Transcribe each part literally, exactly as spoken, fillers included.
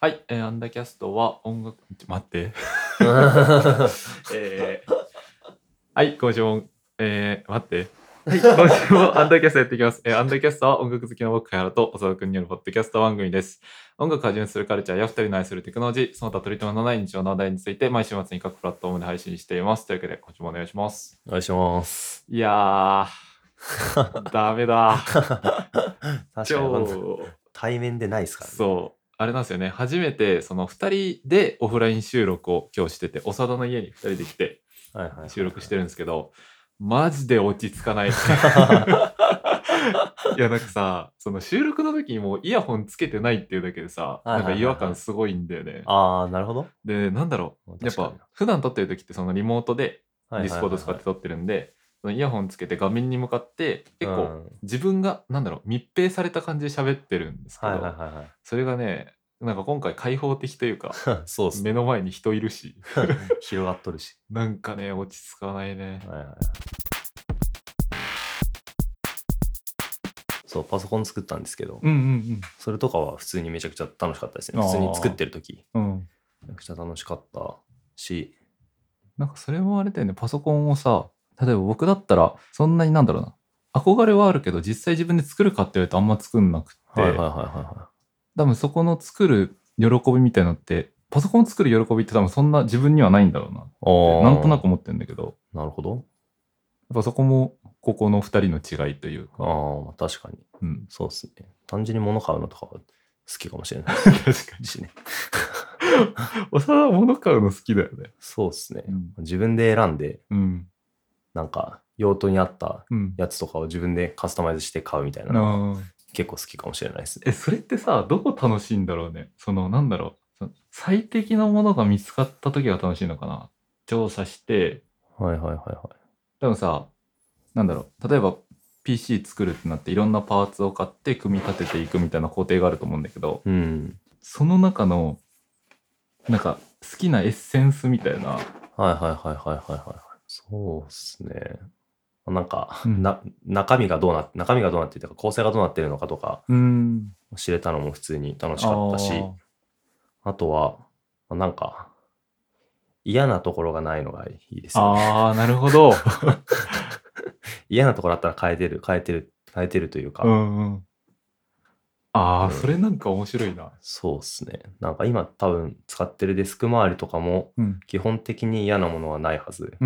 はい、えー、アンダーキャストは音楽、ちょ待って。えー、はい、今週も、えー、待って。はい、今週もアンダーキャストやっていきます。えー、アンダーキャストは音楽好きの僕、原と長田くんによるポッドキャスト番組です。音楽をはじめするカルチャーやふたりの愛するテクノロジー、その他取り留めのない日常の話題について毎週末に各プラットフォームで配信しています。というわけで、今週もお願いします。 お願いします。 いやー、ダメだ。 確かに超対面でないですからね。 そう。あれなんですよね。初めてそのふたりでオフライン収録を今日してて、長田の家にふたりで来て収録してるんですけど、マジで落ち着かない。いやなんかさ、その収録の時にもうイヤホンつけてないっていうだけでさ、なんか違和感すごいんだよね。 ああ、なるほど。 で、なんだろう。やっぱ普段撮ってる時ってそのリモートでディスコード使って撮ってるんで、そのイヤホンつけて画面に向かって結構自分がなんだろう密閉された感じで喋ってるんですけど、それがねなんか今回開放的というかそうっすね、 目の前に人いるし広がっとるしなんかね落ち着かないね。 はいはい、そうパソコン作ったんですけど、 うんうんうん、それとかは普通にめちゃくちゃ楽しかったですね。普通に作ってる時、 うん、 めちゃくちゃ楽しかったし、 なんかそれもあれだよね、パソコンをさ、例えば僕だったらそんなになんだろうな、憧れはあるけど実際自分で作るかって言われるとあんま作んなくて、はいはいはいはい、多分そこの作る喜びみたいなのってパソコン作る喜びって多分そんな自分にはないんだろうなってなんとなく思ってるんだけど。 なるほど。やっぱそこもここのふたりの違いというか。 ああ、確かに、うん、そうですね。単純に物買うのとかは好きかもしれない確かにしねおさは物買うの好きだよね。 そうですね、うん、自分で選んで、うん、なんか用途に合ったやつとかを自分でカスタマイズして買うみたいなのが結構好きかもしれないですね。 え、それってさ、どこ楽しいんだろうね。そのなんだろう、最適なものが見つかった時が楽しいのかな。調査して、 はいはいはいはい。 多分さ、なんだろう、例えば ピーシー 作るってなっていろんなパーツを買って組み立てていくみたいな工程があると思うんだけど、うん、その中のなんか好きなエッセンスみたいな。はいはいはいはいはいはい。そうっすね。なんか、うん、な中身がどうな中身がどうなっているか構成がどうなっているのかとか、うん、知れたのも普通に楽しかったし、あ, あとはなんか嫌なところがないのがいいですよね。 ああ、なるほど。 嫌なところあったら変えてる変えてる変えてるというか。うんうん、 ああ、うん、それなんか面白いな。 そうっすね。なんか今多分使ってるデスク周りとかも、うん、基本的に嫌なものはないはず。うん、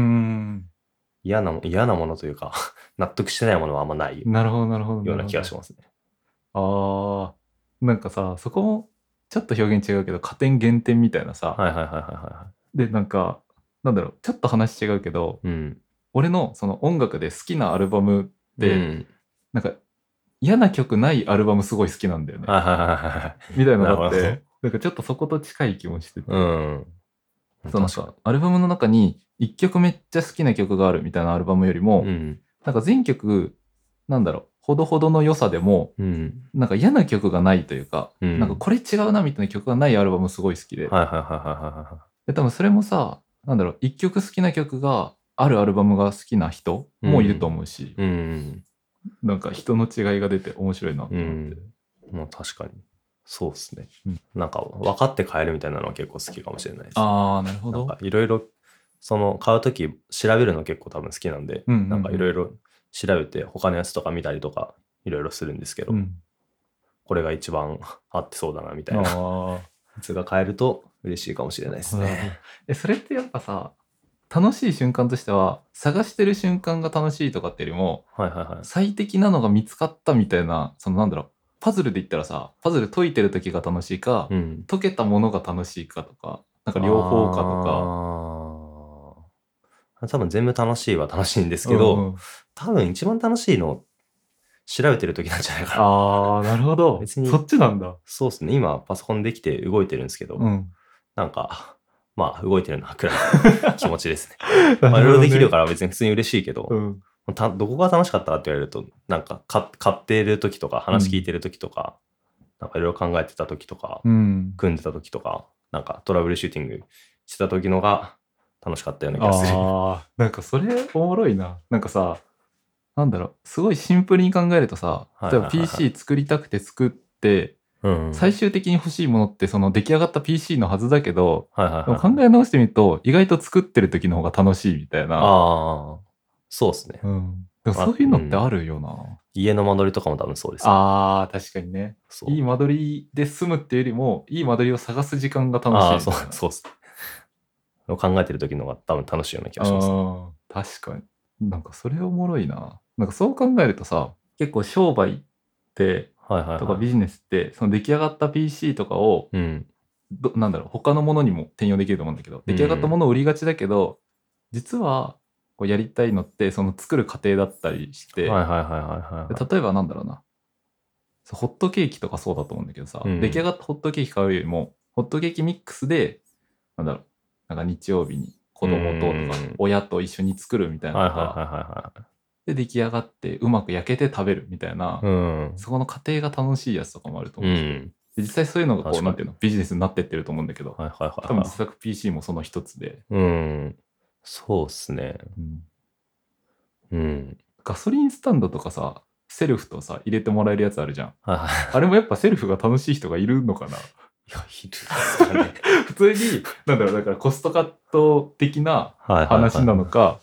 嫌な嫌なものというか納得してないものはあんまないような気がしますね。 ああ、なんかさ、そこもちょっと表現違うけど加点減点みたいなさ。 はいはいはいはいはい。 でなんかなんだろう、ちょっと話違うけど、うん、俺のその音楽で好きなアルバムって、うん、なんか嫌な曲ないアルバムすごい好きなんだよね。はいはいはいはい。みたいなのがあって、なんかちょっとそこと近い気もしてて。うん。そのさ、アルバムの中にいっきょくめっちゃ好きな曲があるみたいなアルバムよりも、うん、なんか全曲、なんだろう、ほどほどの良さでも、うん、なんか嫌な曲がないというか、うん、なんかこれ違うなみたいな曲がないアルバムすごい好きで。はいはいはいはいはい。で、多分それもさ、なんだろう、いっきょく好きな曲があるアルバムが好きな人もいると思うし、うんうんなんか人の違いが出て面白いなと思って。 うん、まあ確かに。そうですね、うん。なんか分かって買えるみたいなのは結構好きかもしれないです。 ああ、なるほど。 なんかいろいろ、その買うとき調べるの結構多分好きなんで、うんうんうん、なんかいろいろ調べて他のやつとか見たりとかいろいろするんですけど、うん、これが一番合ってそうだなみたいなやつが買えると嬉しいかもしれないですね。 え、それってやっぱさ、楽しい瞬間としては探してる瞬間が楽しいとかってよりも、はいはいはい、最適なのが見つかったみたいな、そのなんだろう、パズルで言ったらさ、パズル解いてる時が楽しいか、うん、解けたものが楽しいかとか、なんか両方かとか。多分全部楽しいは楽しいんですけど、うんうん、多分一番楽しいの調べてる時なんじゃないかな。 あー、なるほど。別にそっちなんだ。 そうですね。今パソコンできて動いてるんですけど、うん、なんかまあ動いてるのはくらい気持ちですね。まあいろいろできるから別に普通に嬉しいけど、うん、たどこが楽しかったかって言われると、なんか買ってる時とか話聞いてる時とか、うん、なんかいろいろ考えてた時とか、うん、組んでた時とか、なんかトラブルシューティングしてた時のが楽しかったような気がする。 あー、なんかそれおもろいな。なんかさ、なんだろう、すごいシンプルに考えるとさ、例えば ピーシー 作りたくて作って、 うんうん、 最終的に欲しいものってその出来上がった ピーシー のはずだけど、 はいはいはい、 でも考え直してみると意外と作ってる時の方が楽しいみたいな。 ああ、そうですね。 うん。でもそういうのってあるよな。うん、 家の間取りとかも多分そうです、ね。 ああ、確かにね。いい間取りで住むっていうよりも、いい間取りを探す時間が楽しいみたいな。ああ、 そう、そうです。考えてる時の方が多分楽しいような気がします、ね。 ああ、確かに。なんかそれおもろいな。なんかそう考えるとさ、結構商売って、 はいはいはい、 とかビジネスって、その出来上がった ピーシー とかを、 うん、 どなんだろう、他のものにも転用できると思うんだけど、出来上がったものを売りがちだけど、うん、実はこうやりたいのって、その作る過程だったりして、 はいはいはいはい、はい、 例えばなんだろうな、ホットケーキとかそうだと思うんだけどさ、うん、出来上がったホットケーキ買うよりも、ホットケーキミックスで、なんだろう、なんか日曜日に子供ととか親と一緒に作るみたいなのが、で出来上がってうまく焼けて食べるみたいな、うん、そこの過程が楽しいやつとかもあると思うし、うん、で実際そういうのがこうなんていうのビジネスになってってると思うんだけど、はいはいはいはい、多分自作 ピーシー もその一つで、 うん、そうっすね、うん、うん、ガソリンスタンドとかさセルフとさ入れてもらえるやつあるじゃん、はいはい、あれもやっぱセルフが楽しい人がいるのかな。 いや、いるですかね。 普通に、なんだろう、だからコストカット的な話なのか、はいはいはい、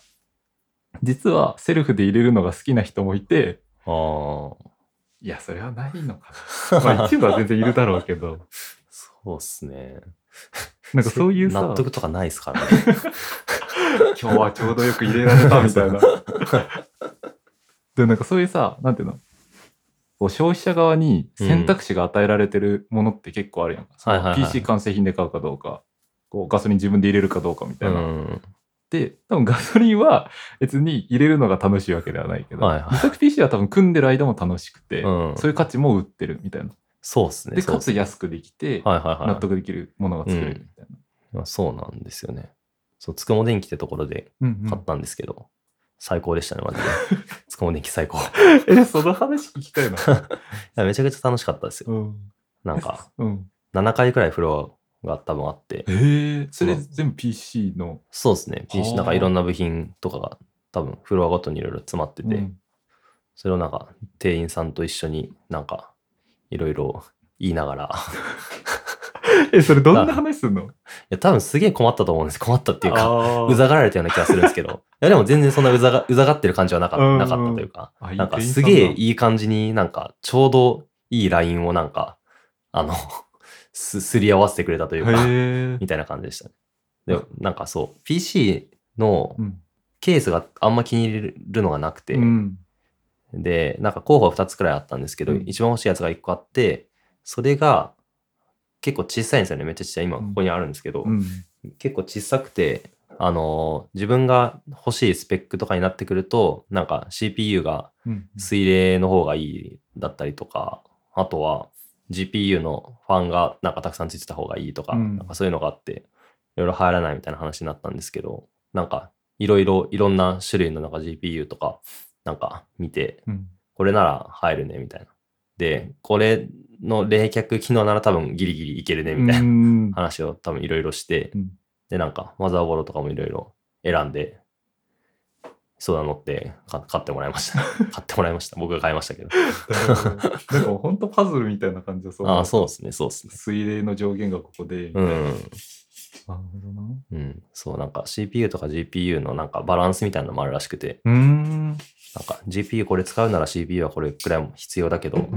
実はセルフで入れるのが好きな人もいて、あいや、それはないのかな。まあ一部は全然いるだろうけど。 そうっすね。 なんかそういうさ。 納得とかないっすからね。 今日はちょうどよく入れられたみたいな。で、なんかそういうさ、なんていうのこう消費者側に選択肢が与えられてるものって結構あるやんか。うん、ピーシー 完成品で買うかどうか、こうガソリン自分で入れるかどうかみたいな。うん、で、多分ガソリンは別に入れるのが楽しいわけではないけど、はいはい、自作 ピーシー は多分組んでる間も楽しくて、うん、そういう価値も売ってるみたいな。 そうですね。 で、かつ安くできて、はいはいはい、納得できるものが作れるみたいな。 うん、そうなんですよね。そう、つくも電機ってところで買ったんですけど、うんうん、最高でしたね、マジで。つくも電機最高。 え、その話聞きたいな。いやめちゃくちゃ楽しかったですよ。うん、なんか、うん、ななかいくらいフロアが多分あって。 へえ、それ全部 ピーシー の。 そうですね。ピーシー、なんかいろんな部品とかが多分フロアごとにいろいろ詰まってて、うん、それをなんか店員さんと一緒になんかいろいろ言いながら。 え、それどんな話すんの？いや、多分すげえ困ったと思うんです。困ったっていうか、うざがられたような気がするんですけど。いや、でも全然そんなうざが、うざがってる感じはなかった、なかったというか、なんかすげえいい感じになんかちょうどいいラインをなんか、あの、す、すり合わせてくれたというか、みたいな感じでしたね。で、なんかそう、ピーシー のケースがあんま気に入れるのがなくて、うん、で、なんか候補はふたつくらいあったんですけど、うん、一番欲しいやつがいっこあって、それが結構小さいんですよね。めっちゃちっちゃい。今ここにあるんですけど、うん、結構小さくて、あのー、自分が欲しいスペックとかになってくると、なんか シーピーユー が水冷の方がいいだったりとか、あとは ジーピーユー のファンがなんかたくさんついてた方がいいとか、うん、なんかそういうのがあって、いろいろ入らないみたいな話になったんですけど、なんかいろいろいろんな種類のなんか ジーピーユー とかなんか見て、うん、これなら入るねみたいな。で、これの冷却機能なら多分ギリギリいけるねみたいな話を多分いろいろして、うん、で、なんかマザーボードとかもいろいろ選んで、そうだのって買ってもらいました。買ってもらいました。僕が買いましたけど。 なんかほんとパズルみたいな感じで、 そうああ、そうですね、そうですね。 水冷の上限がここで、みたいな。うん。なるほどな。 うん。そう、なんか シーピーユー とか ジーピーユー のなんかバランスみたいなのもあるらしくて。うーん。なんか ジーピーユー これ使うなら シーピーユー はこれくらいも必要だけど、うんうん、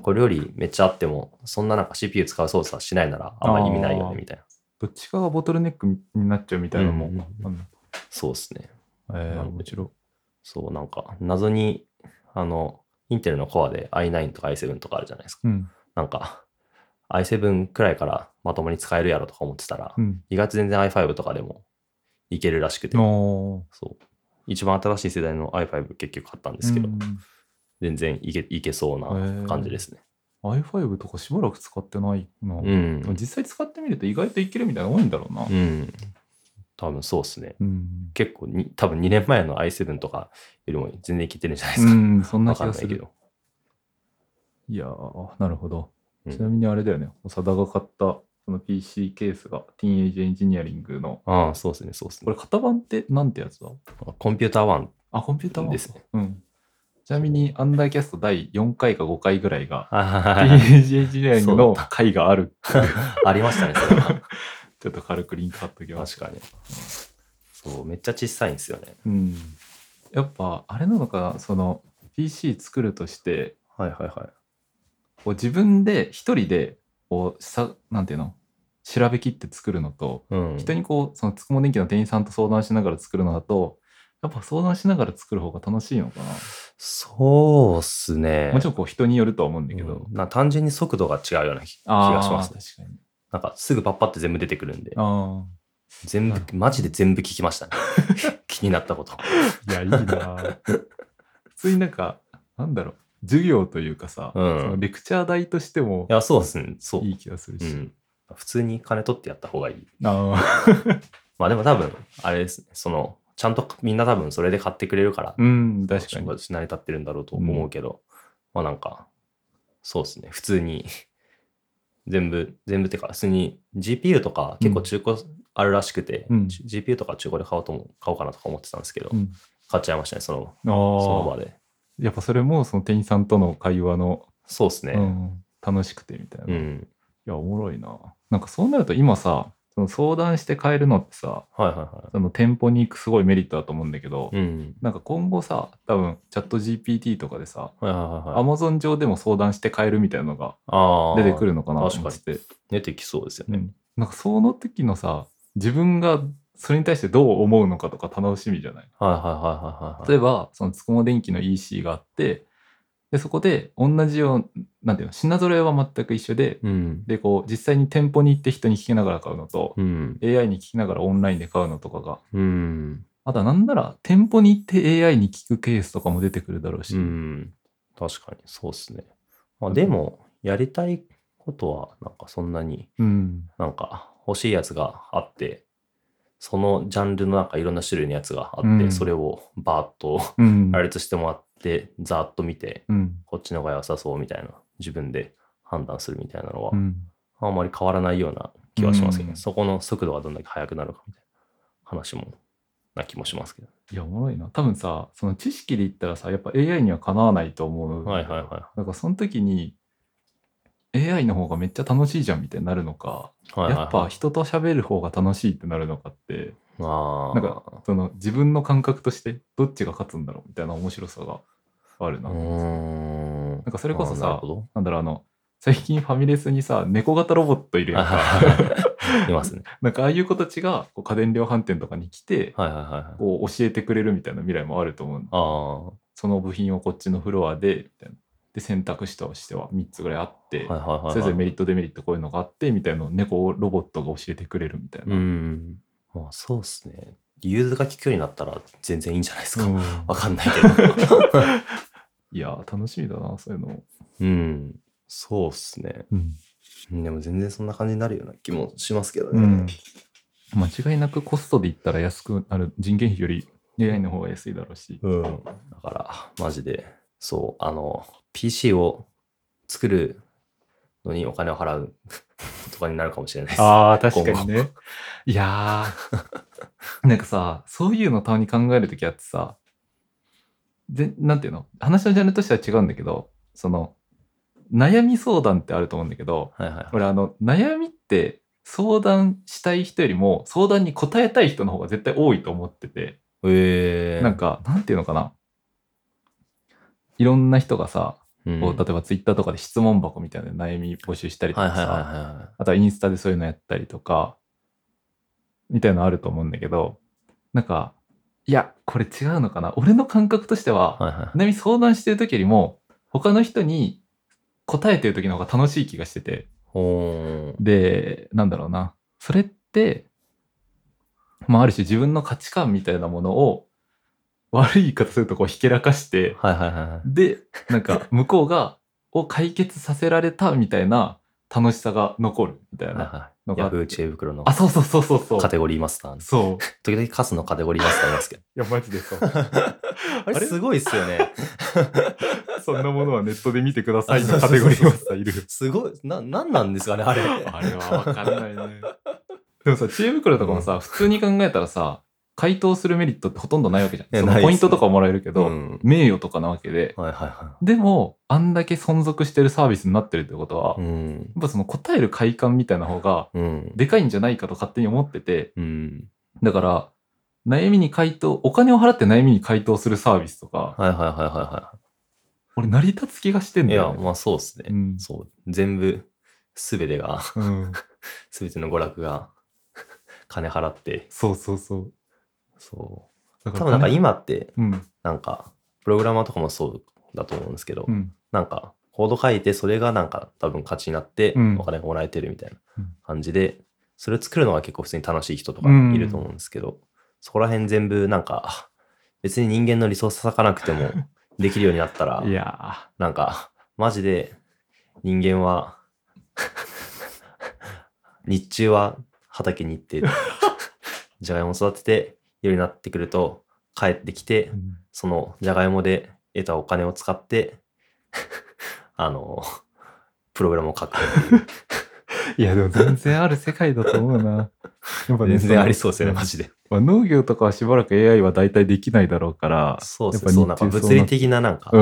これよりめっちゃあっても、そんななんか シーピーユー 使う操作しないならあんまり意味ないよね、みたいな。 どっちかがボトルネックになっちゃうみたいなのも、うんうん、 そうですね。 えー、面白い。 そう、なんか謎に、あの、インテルのコアで アイナイン とか アイセブン とかあるじゃないですか。うん、なんか、アイセブン くらいからまともに使えるやろとか思ってたら、うん、意外と全然 アイファイブ とかでもいけるらしくて、そう。一番新しい世代の アイファイブ 結局買ったんですけど、うん、全然いけ、いけそうな感じですね。 アイファイブ とかしばらく使ってないな。うん、実際使ってみると意外といけるみたいなの多いんだろうな。 うん。多分そうですね。うん、結構に、多分にねんまえの アイセブン とかよりも全然いけてるんじゃないですか。うん、 そんな気がするけど。いやー、なるほど。ちなみにあれだよね、長田が買ったその ピーシー ケースがティーンエイジエンジニアリングの。 ああ、そうですね、そうですね。 これ型番ってなんてやつだ？ コンピューターワン。 あ、コンピューターワンですね。 うん。 ちなみにアンダーキャストだいよんかいかごかいぐらいが ピージーエンジニアリングの回があるありましたね、それは。 ちょっと軽くリンク貼っときます。 確かに。そう、めっちゃ小さいんですよね。 うん。やっぱ、あれなのかな、その、ピーシー 作るとして、 はいはいはい。 こう自分で一人で、こう、さ、なんていうの調べきって作るのと、うん、人にこう、そのつくも電機の店員さんと相談しながら作るのだと、やっぱ相談しながら作る方が楽しいのかな。 そうっすね。 もちろんこう人によるとは思うんだけど。 うん、な単純に速度が違うような気がします、 ね。確かに。 なんかすぐパッパって全部出てくるんで。あ全部、マジで全部聞きましたね。気になったこと。 いや、いいな普通になんか、なんだろう。授業というかさ、うん、そのレクチャー代としても、 いや、そうですね。そう。 いい気がするし。うん、 普通に金取ってやった方がいい。あまあでも多分、あれですね。その、ちゃんとみんな多分それで買ってくれるから、 うん、確かに。 成り立ってるんだろうと思うけど、うん、まあなんか、そうですね。普通に、全部、全部ってか、普通に ジーピーユー とか結構中古あるらしくて、うん、ジーピーユー とか中古で買おうとも、買おうかなとか思ってたんですけど、うん、買っちゃいましたね、その、その場で。 やっぱそれもその店員さんとの会話の、 そうですね、うん、 楽しくてみたいな。うん、いや、おもろいな。なんかそうなると今さ、その相談して買えるのってさ、 はいはいはい、 その店舗に行くすごいメリットだと思うんだけど、うん、なんか今後さ、多分チャット ジーピーティー とかでさ、はいはいはい、Amazon 上でも相談して買えるみたいなのが出てくるのかなと思って。 出てきそうですよね、うん。 なんかその時のさ、自分がそれに対してどう思うのかとか楽しみじゃない？ はいはいはいはい、はい。 例えば、そのつくも電機の イーシー があって、で、そこで同じよう、なんていうの、品揃えは全く一緒で、うん、で、こう、実際に店舗に行って人に聞きながら買うのと、うん、エーアイ に聞きながらオンラインで買うのとかが、うん、あとはなんなら店舗に行って エーアイ に聞くケースとかも出てくるだろうし。うん、 確かに、そうですね。まあでも、やりたいことは、なんかそんなに、うん、なんか欲しいやつがあって、そのジャンルのなんかいろんな種類のやつがあって、うん、それをバーッと羅列してもらって、ざーっと見て、うん、こっちの方が良さそうみたいな、自分で判断するみたいなのは、うん、あんまり変わらないような気はしますけど、ね、うん、そこの速度がどんだけ速くなるかみたいな話もな気もしますけど。 いや、おもろいな。多分さ、その知識で言ったらさ、やっぱ エーアイ にはかなわないと思う。 はいはいはい。 だからその時に、エーアイ の方がめっちゃ楽しいじゃんみたいになるのか、はいはいはい、やっぱ人と喋る方が楽しいってなるのかって、あなんかその自分の感覚としてどっちが勝つんだろうみたいな面白さがあるな。うんなんかそれこそさ、な, なんだろうあの最近ファミレスにさ猫型ロボットいるやんか。 いますね。 なんかああいう子たちがこう家電量販店とかに来て、はいはいはい、こう教えてくれるみたいな未来もあると思う。あその部品をこっちのフロアでみたいな。で選択肢としてはみっつぐらいあって、はいはいはいはい、それぞれメリットデメリットこういうのがあってみたいなのを猫ロボットが教えてくれるみたいな。 うんまあそうっすね。融通が利くようになったら全然いいんじゃないですか。わかんないけど。 いや楽しみだなそういうの。 うんそうっすね、うん。でも全然そんな感じになるような気もしますけどね。うん、 間違いなくコストで言ったら安くなる人件費より エーアイ の方が安いだろうし。 うん、だからマジでそうあのピーシー を作るのにお金を払うとかになるかもしれないです。 ああ、確かにね。いやー、なんかさ、そういうのたまに考えるときあってさ、で、なんていうの話のジャンルとしては違うんだけど、その、悩み相談ってあると思うんだけど、はいはいはい、俺あの、悩みって相談したい人よりも相談に答えたい人の方が絶対多いと思ってて、えー、なんか、なんていうのかな。いろんな人がさ、うん、こう例えばツイッターとかで質問箱みたいな悩み募集したりとかさ、はいはいはいはい、あとはインスタでそういうのやったりとかみたいなのあると思うんだけど、なんかいやこれ違うのかな、俺の感覚としては、はいはい、悩み相談してる時よりも他の人に答えてる時の方が楽しい気がしてて、でなんだろうな、それってまあある種自分の価値観みたいなものを悪い言い方するとこうひけらかして、はいはいはい、でなんか向こうがを解決させられたみたいな楽しさが残るみたいなのが、 ヤフー知恵袋のあそうそうそうそうそうカテゴリーマスター、 そう時々カスのカテゴリーマスターいますけど、 いやマジでそうあれすごいっすよね。 そんなものはネットで見てくださいのカテゴリーマスターいる。 すごいな、なんなんですかねあれ。 あれは分かんないね。でもさ知恵袋とかもさ、うん、普通に考えたらさ、 回答するメリットってほとんどないわけじゃん。そのポイントとかもらえるけど、うん、名誉とかなわけで、 はいはいはい、 でもあんだけ存続してるサービスになってるってことは、うん、やっぱその答える快感みたいな方がでかいんじゃないかと勝手に思ってて、うん、だから悩みに回答、お金を払って悩みに回答するサービスとか、 はいはいはいはいはい、 俺成り立つ気がしてんだよね。 いや、まあそうですね。うん、そう。全部、すべてが、すべ、うん、ての娯楽が、金払って。 そうそうそう。 そう。多分なんか今って、うん、なんか、プログラマーとかもそうだと思うんですけど、うん、なんか、コード書いて、それがなんか多分価値になって、お金がもらえてるみたいな感じで、うん、それを作るのが結構普通に楽しい人とかいると思うんですけど、うん、そこら辺全部なんか、別に人間のリソース割かなくても、できるようになったら、いやなんか、マジで人間は、日中は畑に行って、じゃがいも育てて、夜になってくると、帰ってきて、うん、そのじゃがいもで得たお金を使って、あの、プログラムを書くっていう。 いや、でも全然ある世界だと思うな。 やっぱね、全然ありそうですよね、マジで。 まあ、農業とかはしばらく エーアイ は大体できないだろうから、 そうですね、そう、なんか物理的ななんか、うん、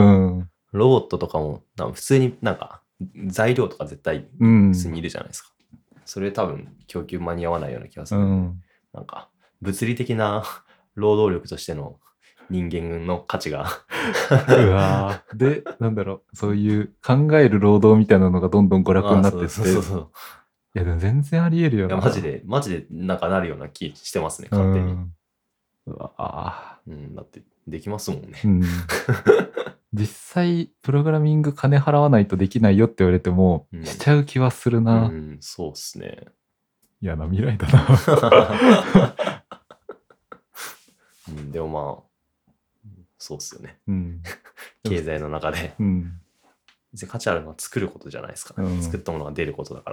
ロボットとかも、なんか普通になんか材料とか絶対普通にいるじゃないですか。うん、それ多分供給間に合わないような気がする、うん。なんか物理的な労働力としての人間の価値が。 うわで、なんだろう、そういう考える労働みたいなのがどんどん娯楽になってって。そうそうそう。いや、でも全然あり得るよな。 いや、マジで、マジでなんかなるような気してますね、勝手に。うん、 うわうん、だってできますもんね。 うん、実際、プログラミング金払わないとできないよって言われても、うん、しちゃう気はするな。 うん、そうっすね。 嫌な未来だな。 うん、でもまあ、そうっすよね。うん、経済の中で。うん、別に価値あるのは作ることじゃないですかね。うん、作ったものが出ることだから。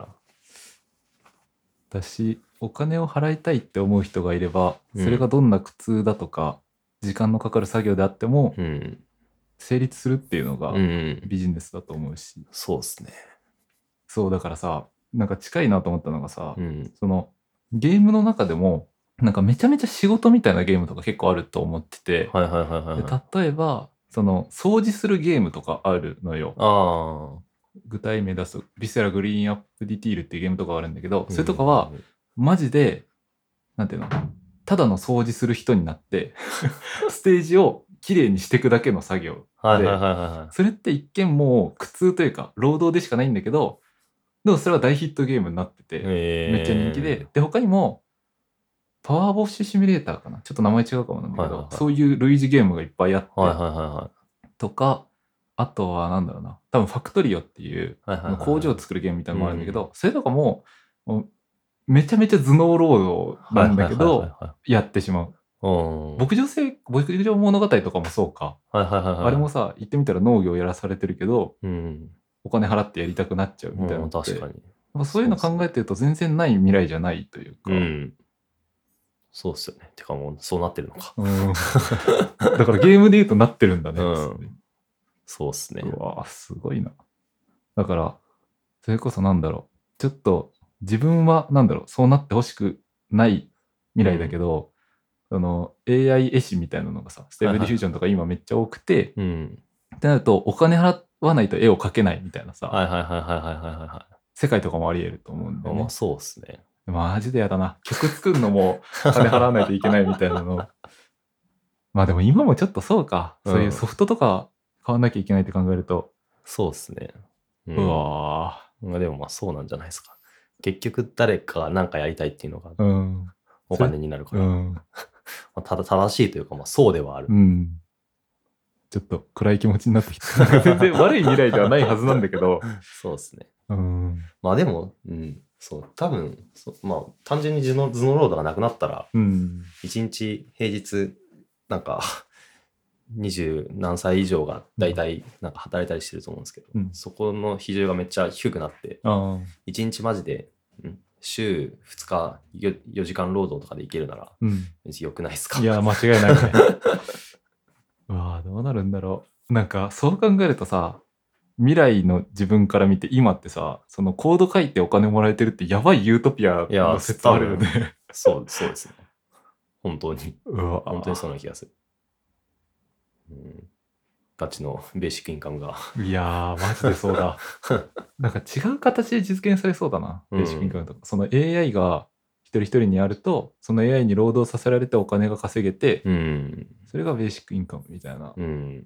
私、お金を払いたいって思う人がいれば、それがどんな苦痛だとか、時間のかかる作業であっても、うん、成立するっていうのがビジネスだと思うし、うん、 そうですね。 そうだからさ、なんか近いなと思ったのがさ、うん、そのゲームの中でもなんかめちゃめちゃ仕事みたいなゲームとか結構あると思ってて、はいはいはいはい、で例えばその掃除するゲームとかあるのよ。あ具体名出すとビセラグリーンアップディティールっていうゲームとかあるんだけど、それとかはマジでなんていうの、ただの掃除する人になってステージをきれいにしていくだけの作業で、はいはいはいはい、それって一見もう苦痛というか労働でしかないんだけど、でもそれは大ヒットゲームになっててめっちゃ人気で、で他にもパワーボッシュシミュレーターかな、ちょっと名前違うかもなんだけど、はいはいはい、そういう類似ゲームがいっぱいあって、はいはいはいはい、とかあとはなんだろうな、多分ファクトリオっていう、はいはいはいはい、工場を作るゲームみたいなのもあるんだけど、うん、それとかもめちゃめちゃ頭脳労働なんだけどやってしまう。牧場性牧場物語とかもそうか、はいはいはいはい、あれもさ言ってみたら農業やらされてるけど、うん、お金払ってやりたくなっちゃうみたいなのって、うん、確かにそういうの考えてると全然ない未来じゃないというか、うん、 そうっすよね。てかもうそうなってるのか、うん、 だからゲームで言うとなってるんだね、うん、 そうっすね。 うわすごいな。だからそれこそなんだろう、ちょっと自分はなんだろう、そうなってほしくない未来だけど、うん、その エーアイ 絵師みたいなのがさ、ステーブルディフュージョンとか今めっちゃ多くて、はいはい、ってなるとお金払わないと絵を描けないみたいなさ、はいはいはいはいはいはいはい、世界とかもあり得ると思うんで、ね、 まあそうっすね。 マジでやだな。曲作るのも金払わないといけないみたいなの。まあでも今もちょっとそうか、うん、そういうソフトとか買わなきゃいけないって考えると、 そうっすね。 うん、うわー。でもまあそうなんじゃないですか。結局誰かが何かやりたいっていうのがお金になるから、うん、ただ正しいというか、まあそうではある、うん、 ちょっと暗い気持ちになってきた。全然悪い未来ではないはずなんだけどそうですね、うん、まあでも、うん、そう多分そまあ単純に頭脳、頭脳労働がなくなったら、うん、いちにち平日なんか二十何歳以上が大体なんか働いたりしてると思うんですけど、うん、そこの比重がめっちゃ低くなって、いちにちマジで、うん、週ふつか 4, よじかん労働とかでいけるなら、うん、別に良くないですか。 いや間違いないね。うわどうなるんだろう。なんかそう考えるとさ、未来の自分から見て今ってさ、そのコード書いてお金もらえてるってやばいユートピアの説あるよね。 そうそうですね。 本当に。 うわ本当にそうな気がする。うん、ガチのベーシックインカムが。 いやー、マジでそうだ。なんか違う形で実現されそうだな、ベーシックインカムとか。うん、その エーアイ が一人一人にあると、その エーアイ に労働させられてお金が稼げて、うん、それがベーシックインカムみたいな。 うん、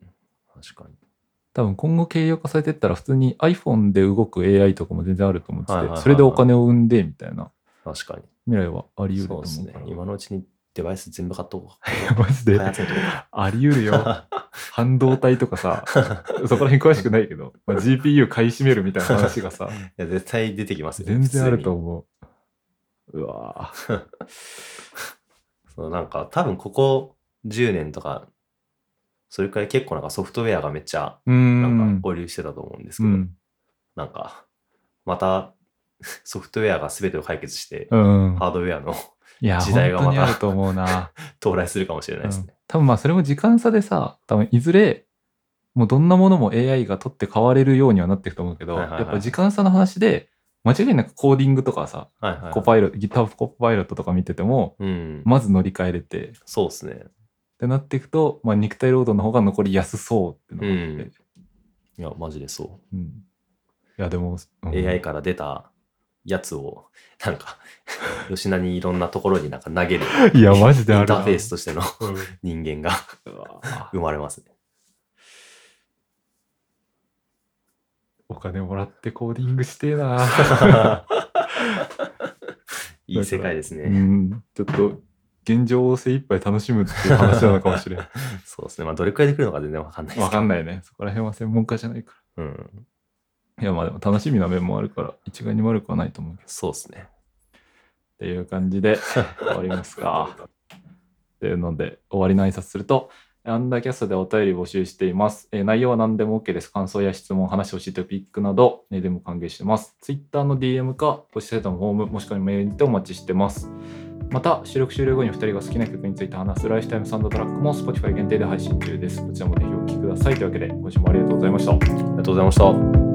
確かに。 多分今後軽量化されていったら普通に iPhone で動く エーアイ とかも全然あると思ってて、はいはいはいはい、それでお金を生んでみたいな。 確かに。 未来はあり得ると思う。 そうですね。今のうちにデバイス全部買っとこう。マジであり得るよ。半導体とかさ、そこら辺詳しくないけど、まあ、ジーピーユー 買い占めるみたいな話がさ。いや、絶対出てきますよ。 全然あると思う。うわぁ。 そうなんか多分ここじゅうねんとか、それくらい結構なんかソフトウェアがめっちゃなんか保留してたと思うんですけど、うん、なんかまたソフトウェアが全てを解決して、うん、ハードウェアの時代がまたと思うな到来するかもしれないですね、うん。 多分まあそれも時間差でさ、多分いずれもうどんなものも エーアイ が取って変われるようにはなっていくと思うけど、はいはいはい、やっぱ時間差の話で間違いなくコーディングとかさ、はいはいはい、コパイロット、GitHub コパイロットとか見てても、うん、まず乗り換えれて、 そうですね。 ってなっていくと、まあ、肉体労働の方が残りやすそうっていうのがあって、 うん、いやマジでそう、 うん、いやでも、 うん、エーアイ から出たやつをなんか吉田にいろんなところになんか投げるいやマジであるインターフェースとしての人間が生まれますね。 お金もらってコーディングしてえないい世界ですね。 うん、ちょっと現状を精一杯楽しむっていう話なのかもしれん。 そうですね。まあどれくらいできるのか全然わかんないですけど。わかんないね。そこら辺は専門家じゃないから。うん。いやまあでも楽しみな面もあるから一概に悪くはないと思うけど。 そうですね。 っていう感じで終わりますか。っていうので終わりの挨拶すると、アンダーキャストでお便り募集しています。えー、内容は何でも OK です。感想や質問、話してほしいトピックなど、ね、でも歓迎してます。Twitter の ディーエム か、ポストサイトのフォーム、もしくはメールにてお待ちしてます。また、収録終了後にふたりが好きな曲について話すライフタイムサウンドトラックも Spotify 限定で配信中です。こちらもぜひお聴きください。というわけで、今週もありがとうございました。ありがとうございました。